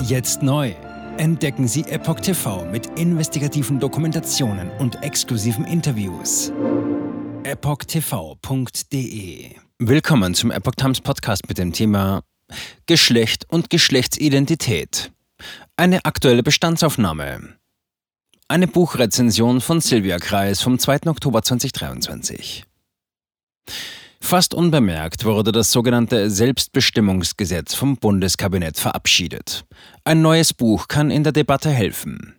Jetzt neu. Entdecken Sie Epoch TV mit investigativen Dokumentationen und exklusiven Interviews. EpochTV.de. Willkommen zum Epoch Times Podcast mit dem Thema Geschlecht und Geschlechtsidentität. Eine aktuelle Bestandsaufnahme. Eine Buchrezension von Silvia Kreis vom 2. Oktober 2023. Fast unbemerkt wurde das sogenannte Selbstbestimmungsgesetz vom Bundeskabinett verabschiedet. Ein neues Buch kann in der Debatte helfen.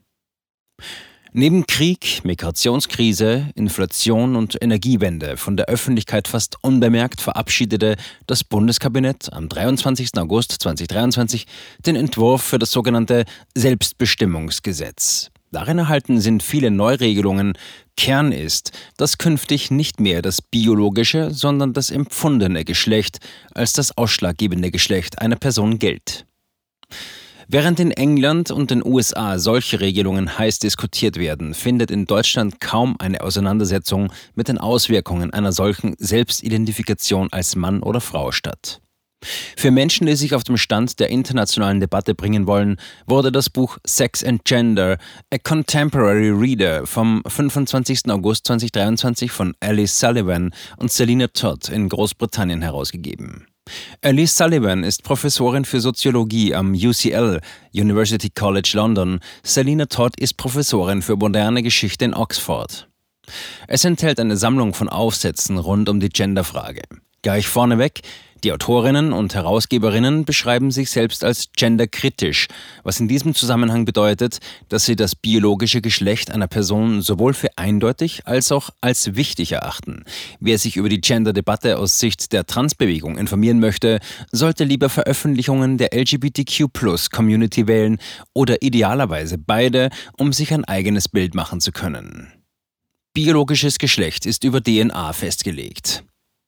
Neben Krieg, Migrationskrise, Inflation und Energiewende von der Öffentlichkeit fast unbemerkt verabschiedete das Bundeskabinett am 23. August 2023 den Entwurf für das sogenannte Selbstbestimmungsgesetz. Darin erhalten sind viele Neuregelungen. Kern ist, dass künftig nicht mehr das biologische, sondern das empfundene Geschlecht als das ausschlaggebende Geschlecht einer Person gilt. Während in England und den USA solche Regelungen heiß diskutiert werden, findet in Deutschland kaum eine Auseinandersetzung mit den Auswirkungen einer solchen Selbstidentifikation als Mann oder Frau statt. Für Menschen, die sich auf dem Stand der internationalen Debatte bringen wollen, wurde das Buch Sex and Gender, A Contemporary Reader vom 25. August 2023 von Alice Sullivan und Selina Todd in Großbritannien herausgegeben. Alice Sullivan ist Professorin für Soziologie am UCL, University College London. Selina Todd ist Professorin für moderne Geschichte in Oxford. Es enthält eine Sammlung von Aufsätzen rund um die Genderfrage. Gleich vorneweg: Die Autorinnen und Herausgeberinnen beschreiben sich selbst als genderkritisch, was in diesem Zusammenhang bedeutet, dass sie das biologische Geschlecht einer Person sowohl für eindeutig als auch als wichtig erachten. Wer sich über die Gender-Debatte aus Sicht der Transbewegung informieren möchte, sollte lieber Veröffentlichungen der LGBTQ+-Community wählen oder idealerweise beide, um sich ein eigenes Bild machen zu können. Biologisches Geschlecht ist über DNA festgelegt.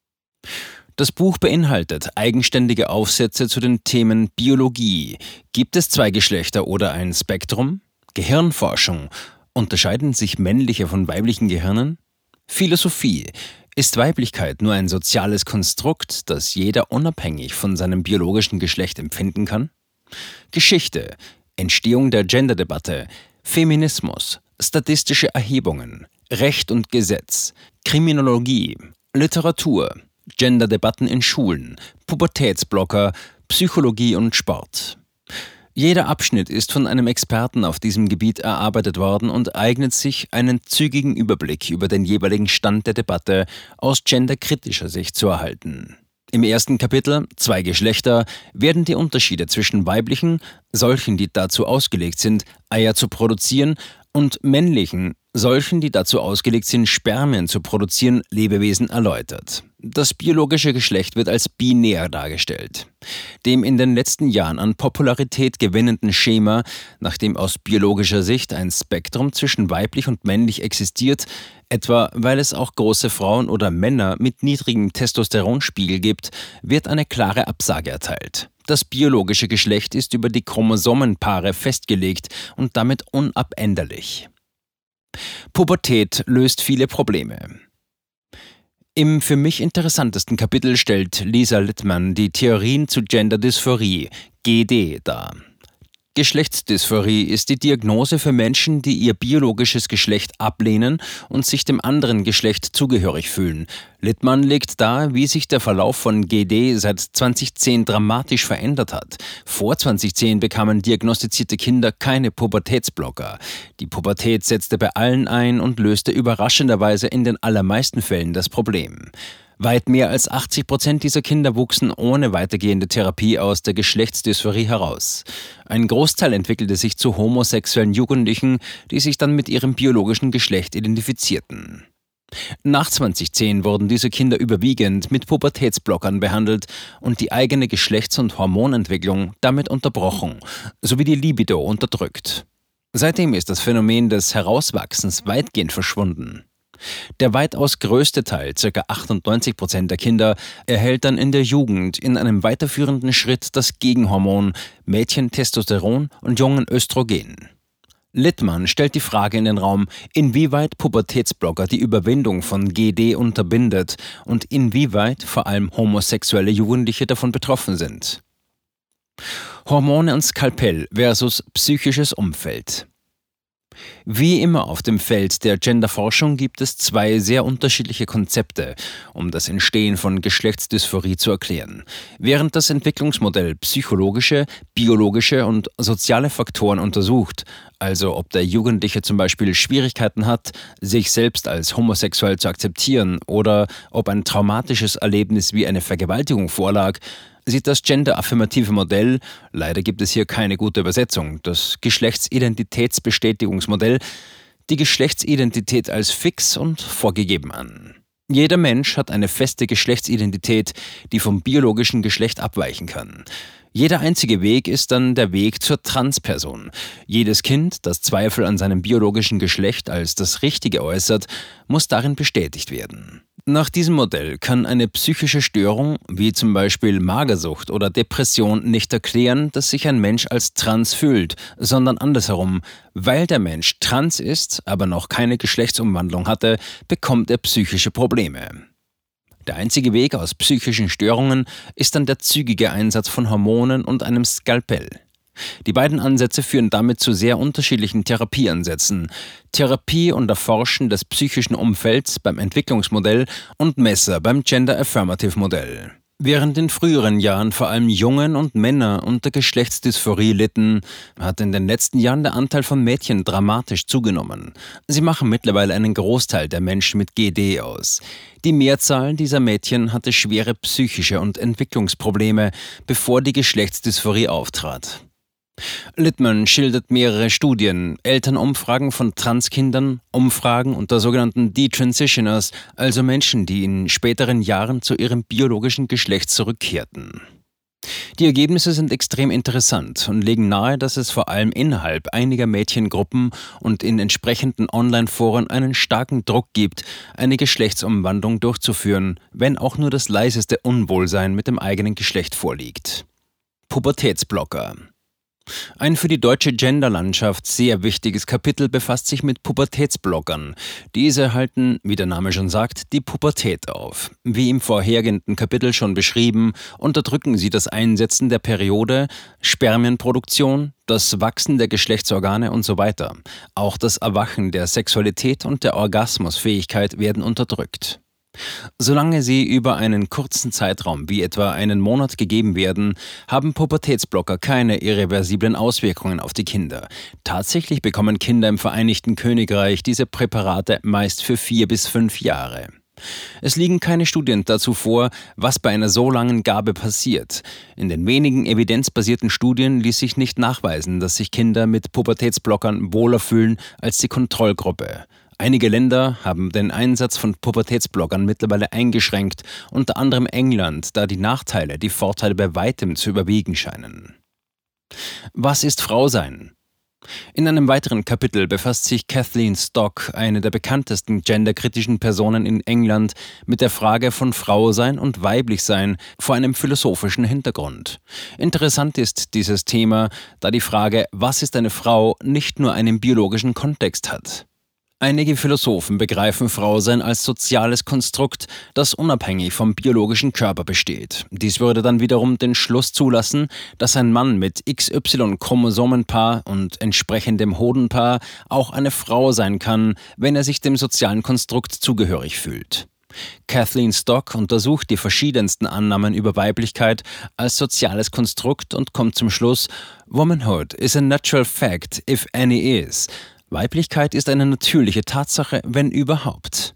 Das Buch beinhaltet eigenständige Aufsätze zu den Themen Biologie. Gibt es zwei Geschlechter oder ein Spektrum? Gehirnforschung. Unterscheiden sich männliche von weiblichen Gehirnen? Philosophie. Ist Weiblichkeit nur ein soziales Konstrukt, das jeder unabhängig von seinem biologischen Geschlecht empfinden kann? Geschichte. Entstehung der Genderdebatte. Feminismus. Statistische Erhebungen. Recht und Gesetz. Kriminologie. Literatur. Genderdebatten in Schulen, Pubertätsblocker, Psychologie und Sport. Jeder Abschnitt ist von einem Experten auf diesem Gebiet erarbeitet worden und eignet sich, einen zügigen Überblick über den jeweiligen Stand der Debatte aus genderkritischer Sicht zu erhalten. Im ersten Kapitel, Zwei Geschlechter, werden die Unterschiede zwischen weiblichen, solchen, die dazu ausgelegt sind, Eier zu produzieren, und männlichen, solchen, die dazu ausgelegt sind, Spermien zu produzieren, Lebewesen erläutert. Das biologische Geschlecht wird als binär dargestellt. Dem in den letzten Jahren an Popularität gewinnenden Schema, nach dem aus biologischer Sicht ein Spektrum zwischen weiblich und männlich existiert, etwa weil es auch große Frauen oder Männer mit niedrigem Testosteronspiegel gibt, wird eine klare Absage erteilt. Das biologische Geschlecht ist über die Chromosomenpaare festgelegt und damit unabänderlich. Pubertät löst viele Probleme. Im für mich interessantesten Kapitel stellt Lisa Littman die Theorien zu Genderdysphorie, GD, dar. Geschlechtsdysphorie ist die Diagnose für Menschen, die ihr biologisches Geschlecht ablehnen und sich dem anderen Geschlecht zugehörig fühlen. Littman legt dar, wie sich der Verlauf von GD seit 2010 dramatisch verändert hat. Vor 2010 bekamen diagnostizierte Kinder keine Pubertätsblocker. Die Pubertät setzte bei allen ein und löste überraschenderweise in den allermeisten Fällen das Problem. Weit mehr als 80% dieser Kinder wuchsen ohne weitergehende Therapie aus der Geschlechtsdysphorie heraus. Ein Großteil entwickelte sich zu homosexuellen Jugendlichen, die sich dann mit ihrem biologischen Geschlecht identifizierten. Nach 2010 wurden diese Kinder überwiegend mit Pubertätsblockern behandelt und die eigene Geschlechts- und Hormonentwicklung damit unterbrochen, sowie die Libido unterdrückt. Seitdem ist das Phänomen des Herauswachsens weitgehend verschwunden. Der weitaus größte Teil, ca. 98% der Kinder, erhält dann in der Jugend in einem weiterführenden Schritt das Gegenhormon Mädchen Testosteron und Jungen Östrogen. Littman stellt die Frage in den Raum, inwieweit Pubertätsblocker die Überwindung von GD unterbindet und inwieweit vor allem homosexuelle Jugendliche davon betroffen sind. Hormone und Skalpell versus psychisches Umfeld. Wie immer auf dem Feld der Genderforschung gibt es zwei sehr unterschiedliche Konzepte, um das Entstehen von Geschlechtsdysphorie zu erklären. Während das Entwicklungsmodell psychologische, biologische und soziale Faktoren untersucht, also ob der Jugendliche zum Beispiel Schwierigkeiten hat, sich selbst als homosexuell zu akzeptieren oder ob ein traumatisches Erlebnis wie eine Vergewaltigung vorlag, sieht das genderaffirmative Modell, leider gibt es hier keine gute Übersetzung, das Geschlechtsidentitätsbestätigungsmodell, die Geschlechtsidentität als fix und vorgegeben an. Jeder Mensch hat eine feste Geschlechtsidentität, die vom biologischen Geschlecht abweichen kann. Jeder einzige Weg ist dann der Weg zur Transperson. Jedes Kind, das Zweifel an seinem biologischen Geschlecht als das Richtige äußert, muss darin bestätigt werden. Nach diesem Modell kann eine psychische Störung, wie zum Beispiel Magersucht oder Depression, nicht erklären, dass sich ein Mensch als trans fühlt, sondern andersherum. Weil der Mensch trans ist, aber noch keine Geschlechtsumwandlung hatte, bekommt er psychische Probleme. Der einzige Weg aus psychischen Störungen ist dann der zügige Einsatz von Hormonen und einem Skalpell. Die beiden Ansätze führen damit zu sehr unterschiedlichen Therapieansätzen. Therapie und Erforschen des psychischen Umfelds beim Entwicklungsmodell und Messer beim Gender-Affirmative-Modell. Während in früheren Jahren vor allem Jungen und Männer unter Geschlechtsdysphorie litten, hat in den letzten Jahren der Anteil von Mädchen dramatisch zugenommen. Sie machen mittlerweile einen Großteil der Menschen mit GD aus. Die Mehrzahl dieser Mädchen hatte schwere psychische und Entwicklungsprobleme, bevor die Geschlechtsdysphorie auftrat. Littman schildert mehrere Studien, Elternumfragen von Transkindern, Umfragen unter sogenannten Detransitioners, also Menschen, die in späteren Jahren zu ihrem biologischen Geschlecht zurückkehrten. Die Ergebnisse sind extrem interessant und legen nahe, dass es vor allem innerhalb einiger Mädchengruppen und in entsprechenden Online-Foren einen starken Druck gibt, eine Geschlechtsumwandlung durchzuführen, wenn auch nur das leiseste Unwohlsein mit dem eigenen Geschlecht vorliegt. Pubertätsblocker. Ein für die deutsche Genderlandschaft sehr wichtiges Kapitel befasst sich mit Pubertätsblockern. Diese halten, wie der Name schon sagt, die Pubertät auf. Wie im vorhergehenden Kapitel schon beschrieben, unterdrücken sie das Einsetzen der Periode, Spermienproduktion, das Wachsen der Geschlechtsorgane und so weiter. Auch das Erwachen der Sexualität und der Orgasmusfähigkeit werden unterdrückt. Solange sie über einen kurzen Zeitraum wie etwa einen Monat gegeben werden, haben Pubertätsblocker keine irreversiblen Auswirkungen auf die Kinder. Tatsächlich bekommen Kinder im Vereinigten Königreich diese Präparate meist für 4 bis 5 Jahre. Es liegen keine Studien dazu vor, was bei einer so langen Gabe passiert. In den wenigen evidenzbasierten Studien ließ sich nicht nachweisen, dass sich Kinder mit Pubertätsblockern wohler fühlen als die Kontrollgruppe. Einige Länder haben den Einsatz von Pubertätsblockern mittlerweile eingeschränkt, unter anderem England, da die Nachteile die Vorteile bei weitem zu überwiegen scheinen. Was ist Frausein? In einem weiteren Kapitel befasst sich Kathleen Stock, eine der bekanntesten genderkritischen Personen in England, mit der Frage von Frausein und Weiblichsein vor einem philosophischen Hintergrund. Interessant ist dieses Thema, da die Frage, was ist eine Frau, nicht nur einen biologischen Kontext hat. Einige Philosophen begreifen Frausein als soziales Konstrukt, das unabhängig vom biologischen Körper besteht. Dies würde dann wiederum den Schluss zulassen, dass ein Mann mit XY-Chromosomenpaar und entsprechendem Hodenpaar auch eine Frau sein kann, wenn er sich dem sozialen Konstrukt zugehörig fühlt. Kathleen Stock untersucht die verschiedensten Annahmen über Weiblichkeit als soziales Konstrukt und kommt zum Schluss: Womanhood is a natural fact, if any is. Weiblichkeit ist eine natürliche Tatsache, wenn überhaupt.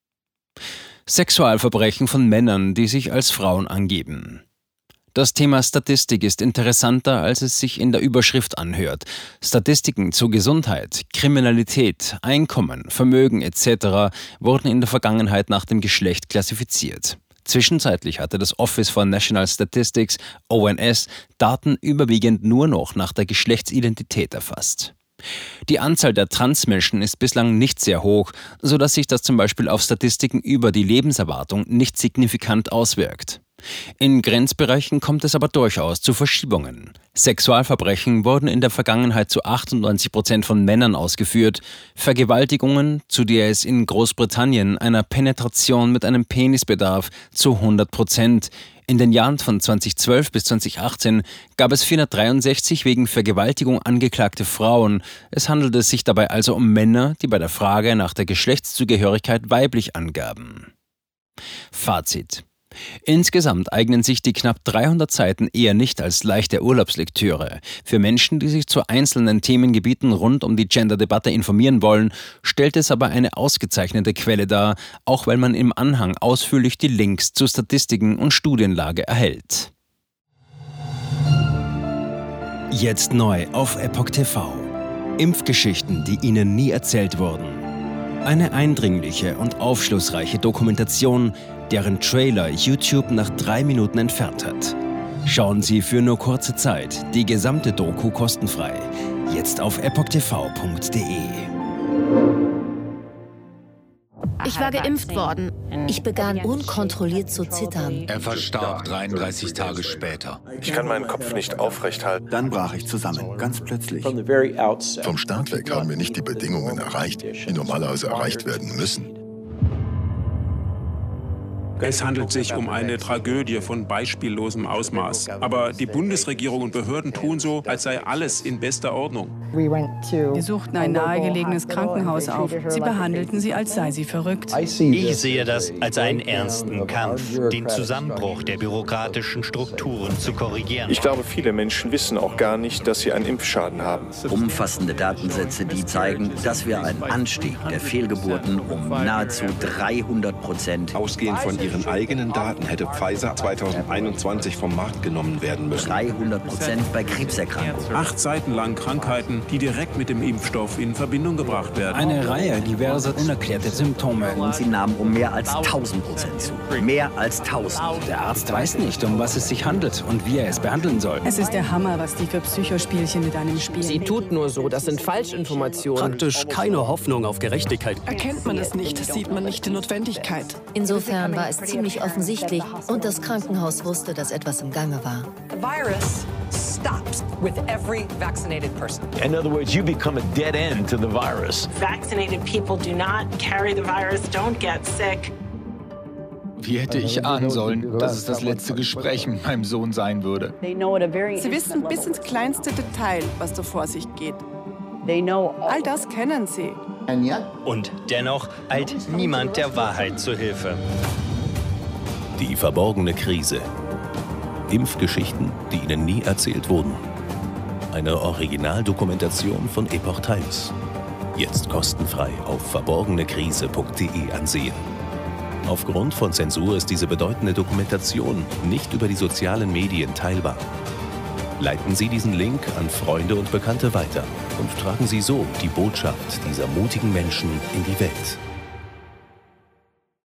Sexualverbrechen von Männern, die sich als Frauen angeben. Das Thema Statistik ist interessanter, als es sich in der Überschrift anhört. Statistiken zu Gesundheit, Kriminalität, Einkommen, Vermögen etc. wurden in der Vergangenheit nach dem Geschlecht klassifiziert. Zwischenzeitlich hatte das Office for National Statistics, ONS, Daten überwiegend nur noch nach der Geschlechtsidentität erfasst. Die Anzahl der Transmenschen ist bislang nicht sehr hoch, sodass sich das zum Beispiel auf Statistiken über die Lebenserwartung nicht signifikant auswirkt. In Grenzbereichen kommt es aber durchaus zu Verschiebungen. Sexualverbrechen wurden in der Vergangenheit zu 98% von Männern ausgeführt, Vergewaltigungen, zu der es in Großbritannien einer Penetration mit einem Penis bedarf, zu 100%. In den Jahren von 2012 bis 2018 gab es 463 wegen Vergewaltigung angeklagte Frauen. Es handelte sich dabei also um Männer, die bei der Frage nach der Geschlechtszugehörigkeit weiblich angaben. Fazit: Insgesamt eignen sich die knapp 300 Seiten eher nicht als leichte Urlaubslektüre. Für Menschen, die sich zu einzelnen Themengebieten rund um die Gender-Debatte informieren wollen, stellt es aber eine ausgezeichnete Quelle dar, auch weil man im Anhang ausführlich die Links zu Statistiken und Studienlage erhält. Jetzt neu auf Epoch TV. Impfgeschichten, die Ihnen nie erzählt wurden. Eine eindringliche und aufschlussreiche Dokumentation, deren Trailer YouTube nach 3 Minuten entfernt hat. Schauen Sie für nur kurze Zeit die gesamte Doku kostenfrei. Jetzt auf epochtv.de. Ich war geimpft worden. Ich begann unkontrolliert zu zittern. Er verstarb 33 Tage später. Ich kann meinen Kopf nicht aufrecht halten. Dann brach ich zusammen, ganz plötzlich. Vom Start weg haben wir nicht die Bedingungen erreicht, die normalerweise erreicht werden müssen. Es handelt sich um eine Tragödie von beispiellosem Ausmaß. Aber die Bundesregierung und Behörden tun so, als sei alles in bester Ordnung. Wir suchten ein nahegelegenes Krankenhaus auf. Sie behandelten sie, als sei sie verrückt. Ich sehe das als einen ernsten Kampf, den Zusammenbruch der bürokratischen Strukturen zu korrigieren. Ich glaube, viele Menschen wissen auch gar nicht, dass sie einen Impfschaden haben. Umfassende Datensätze, die zeigen, dass wir einen Anstieg der Fehlgeburten um nahezu 300%. Ausgehend von ihren eigenen Daten hätte Pfizer 2021 vom Markt genommen werden müssen. 300% bei Krebserkrankungen. 8 Seiten lang Krankheiten, die direkt mit dem Impfstoff in Verbindung gebracht werden. Eine Reihe diverser unerklärter Symptome. Und sie nahmen um mehr als 1000% zu. Mehr als 1000. Der Arzt weiß nicht, um was es sich handelt und wie er es behandeln soll. Es ist der Hammer, was die für Psychospielchen mit einem spielen. Sie tut nur so, das sind Falschinformationen. Praktisch keine Hoffnung auf Gerechtigkeit. Erkennt man es nicht, sieht man nicht die Notwendigkeit. Insofern war es ziemlich offensichtlich und das Krankenhaus wusste, dass etwas im Gange war. The virus stops with every vaccinated person. In other words, you become a dead end to the virus. Vaccinated people do not carry the virus, don't get sick. Wie hätte ich ahnen sollen, dass es das letzte Gespräch mit meinem Sohn sein würde? Sie wissen bis ins kleinste Detail, was da vor sich geht. All das kennen sie. Und dennoch eilt niemand der Wahrheit zu Hilfe. Die verborgene Krise. Impfgeschichten, die Ihnen nie erzählt wurden. Eine Originaldokumentation von Epoch Times. Jetzt kostenfrei auf verborgenekrise.de ansehen. Aufgrund von Zensur ist diese bedeutende Dokumentation nicht über die sozialen Medien teilbar. Leiten Sie diesen Link an Freunde und Bekannte weiter und tragen Sie so die Botschaft dieser mutigen Menschen in die Welt.